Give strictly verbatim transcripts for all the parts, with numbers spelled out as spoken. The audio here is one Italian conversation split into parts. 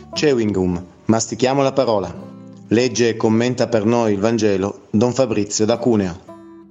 Chewing gum, mastichiamo la parola. Legge e commenta per noi il Vangelo Don Fabrizio da Cuneo.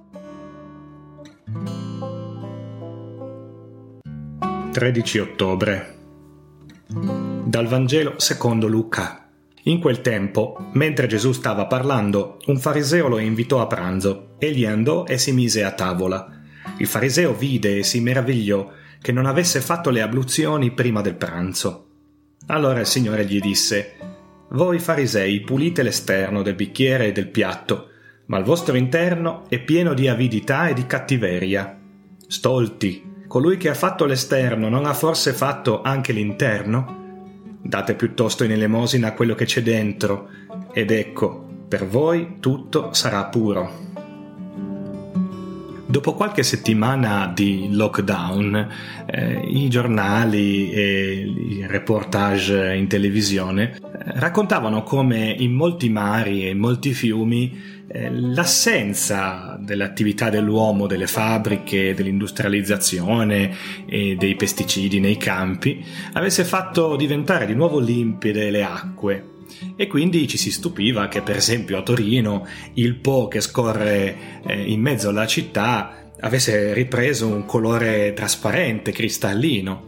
tredici ottobre. Dal Vangelo secondo Luca. In quel tempo, mentre Gesù stava parlando, un fariseo lo invitò a pranzo. Egli andò e si mise a tavola. Il fariseo vide e si meravigliò che non avesse fatto le abluzioni prima del pranzo. Allora il Signore gli disse: «Voi farisei pulite l'esterno del bicchiere e del piatto, ma il vostro interno è pieno di avidità e di cattiveria. Stolti! Colui che ha fatto l'esterno non ha forse fatto anche l'interno? Date piuttosto in elemosina quello che c'è dentro, ed ecco, per voi tutto sarà puro». Dopo qualche settimana di lockdown, eh, i giornali e i reportage in televisione eh, raccontavano come in molti mari e in molti fiumi eh, l'assenza dell'attività dell'uomo, delle fabbriche, dell'industrializzazione e dei pesticidi nei campi avesse fatto diventare di nuovo limpide le acque. E quindi ci si stupiva che, per esempio, a Torino il Po che scorre eh, in mezzo alla città avesse ripreso un colore trasparente, cristallino,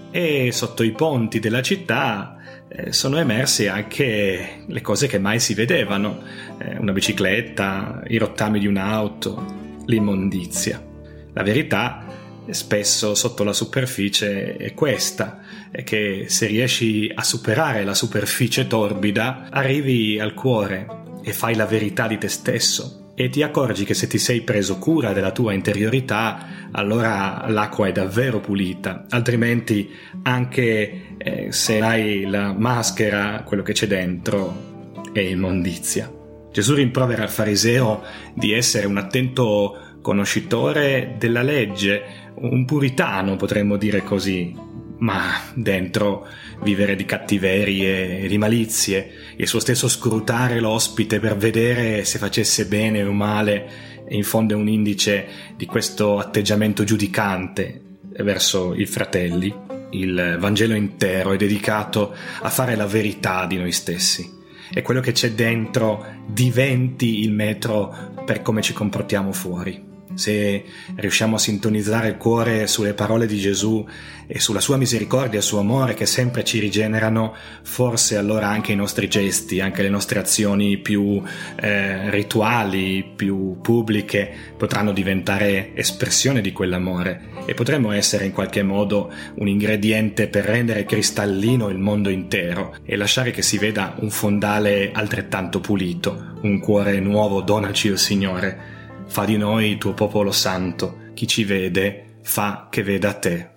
e sotto i ponti della città eh, sono emerse anche le cose che mai si vedevano: eh, una bicicletta, i rottami di un'auto, l'immondizia. La verità spesso sotto la superficie è questa, è che se riesci a superare la superficie torbida arrivi al cuore e fai la verità di te stesso e ti accorgi che se ti sei preso cura della tua interiorità allora l'acqua è davvero pulita, altrimenti anche eh, se hai la maschera quello che c'è dentro è immondizia. Gesù rimprovera al fariseo di essere un attento conoscitore della legge, un puritano potremmo dire così, ma dentro vivere di cattiverie e di malizie, il suo stesso scrutare l'ospite per vedere se facesse bene o male infonde un indice di questo atteggiamento giudicante verso i fratelli. Il Vangelo intero è dedicato a fare la verità di noi stessi e quello che c'è dentro diventi il metro per come ci comportiamo fuori. Se riusciamo a sintonizzare il cuore sulle parole di Gesù e sulla sua misericordia e il suo amore che sempre ci rigenerano, forse allora anche i nostri gesti, anche le nostre azioni più eh, rituali, più pubbliche, potranno diventare espressione di quell'amore e potremmo essere in qualche modo un ingrediente per rendere cristallino il mondo intero e lasciare che si veda un fondale altrettanto pulito, un cuore nuovo. Donaci, o Signore. Fa di noi il tuo popolo santo. Chi ci vede fa che veda te.